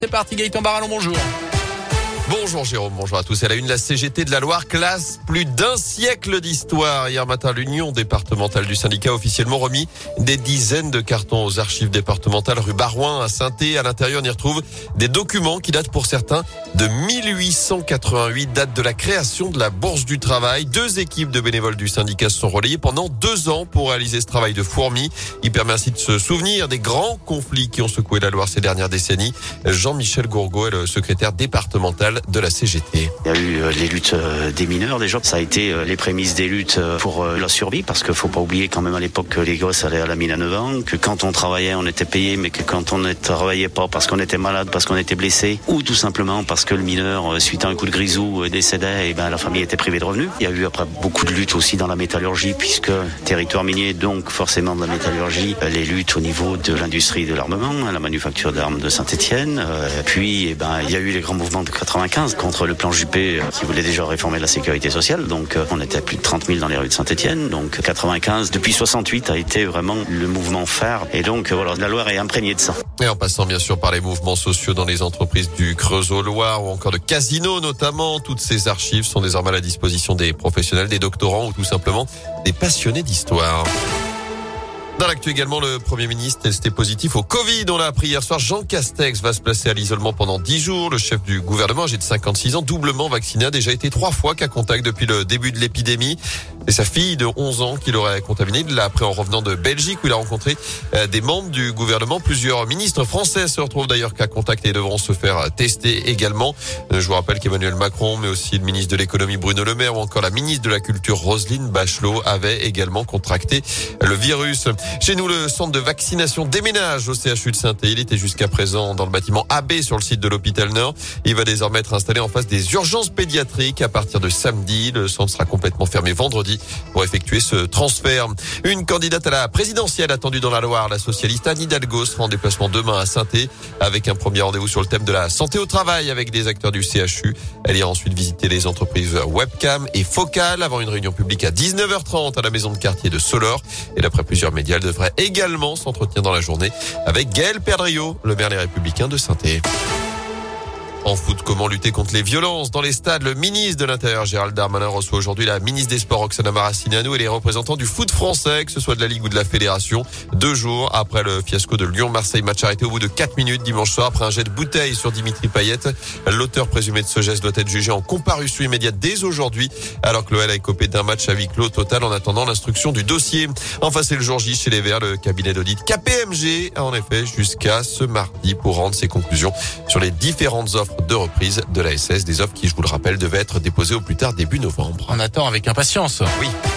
C'est parti, Gaëtan Barallon, bonjour. Bonjour Jérôme, bonjour à tous. À la une, la CGT de la Loire classe plus d'un siècle d'histoire. Hier matin, l'Union départementale du syndicat a officiellement remis des dizaines de cartons aux archives départementales rue Barouin à Saint-Thé. À l'intérieur, on y retrouve des documents qui datent pour certains de 1888, date de la création de la Bourse du Travail. 2 équipes de bénévoles du syndicat se sont relayées pendant 2 ans pour réaliser ce travail de fourmi. Il permet ainsi de se souvenir des grands conflits qui ont secoué la Loire ces dernières décennies. Jean-Michel Gourgaud est le secrétaire départemental de la CGT. Il y a eu les luttes des mineurs déjà. Ça a été les prémices des luttes pour la survie, parce qu'il faut pas oublier quand même à l'époque que les gosses allaient à la mine à 9 ans, que quand on travaillait on était payé, mais que quand on ne travaillait pas parce qu'on était malade, parce qu'on était blessé, ou tout simplement parce que le mineur, suite à un coup de grisou, décédait, et la famille était privée de revenus. Il y a eu après beaucoup de luttes aussi dans la métallurgie, puisque territoire minier, donc forcément de la métallurgie, les luttes au niveau de l'industrie de l'armement, la manufacture d'armes de Saint-Étienne. Puis il y a eu les grands mouvements de 95 contre le plan Juppé qui voulait déjà réformer la sécurité sociale. Donc on était à plus de 30 000 dans les rues de Saint-Étienne. Donc 95, depuis 68 a été vraiment le mouvement phare. Et donc voilà, la Loire est imprégnée de ça. Et en passant bien sûr par les mouvements sociaux dans les entreprises du Creusot-Loire ou encore de Casino notamment, toutes ces archives sont désormais à la disposition des professionnels, des doctorants ou tout simplement des passionnés d'histoire. Dans l'actu également, le Premier ministre testé positif au Covid. On l'a appris hier soir. Jean Castex va se placer à l'isolement pendant 10 jours. Le chef du gouvernement, âgé de 56 ans, doublement vacciné, a déjà été 3 fois cas contact depuis le début de l'épidémie. C'est sa fille de 11 ans qui l'aurait contaminé. Il l'a appris en revenant de Belgique où il a rencontré des membres du gouvernement. Plusieurs ministres français se retrouvent d'ailleurs cas contact et devront se faire tester également. Je vous rappelle qu'Emmanuel Macron, mais aussi le ministre de l'économie Bruno Le Maire ou encore la ministre de la culture Roselyne Bachelot avaient également contracté le virus. Chez nous, le centre de vaccination déménage au CHU de Saint-Thé. Il était jusqu'à présent dans le bâtiment AB sur le site de l'hôpital Nord. Il va désormais être installé en face des urgences pédiatriques à partir de samedi. Le centre sera complètement fermé vendredi pour effectuer ce transfert. Une candidate à la présidentielle attendue dans la Loire, la socialiste Anne Hidalgo, sera en déplacement demain à Saint-Thé avec un premier rendez-vous sur le thème de la santé au travail avec des acteurs du CHU. Elle ira ensuite visiter les entreprises Webcam et Focal avant une réunion publique à 19h30 à la maison de quartier de Solor. Et d'après plusieurs médias, elle devrait également s'entretenir dans la journée avec Gaël Perdriau, le maire Les Républicains de Saint-Thé. En foot, comment lutter contre les violences dans les stades? Le ministre de l'Intérieur, Gérald Darmanin, reçoit aujourd'hui la ministre des Sports, Roxana Maracineanu, et les représentants du foot français, que ce soit de la Ligue ou de la Fédération, 2 jours après le fiasco de Lyon-Marseille, match arrêté au bout de 4 minutes dimanche soir après un jet de bouteille sur Dimitri Payet. L'auteur présumé de ce geste doit être jugé en comparution immédiate dès aujourd'hui, alors que l'OL a écopé d'un match à huis clos total en attendant l'instruction du dossier. Enfin, c'est le jour J chez les Verts. Le cabinet d'audit KPMG a en effet jusqu'à ce mardi pour rendre ses conclusions sur les différentes offres de reprise de la SS, des offres qui, je vous le rappelle, devaient être déposées au plus tard début novembre. On attend avec impatience. Oui.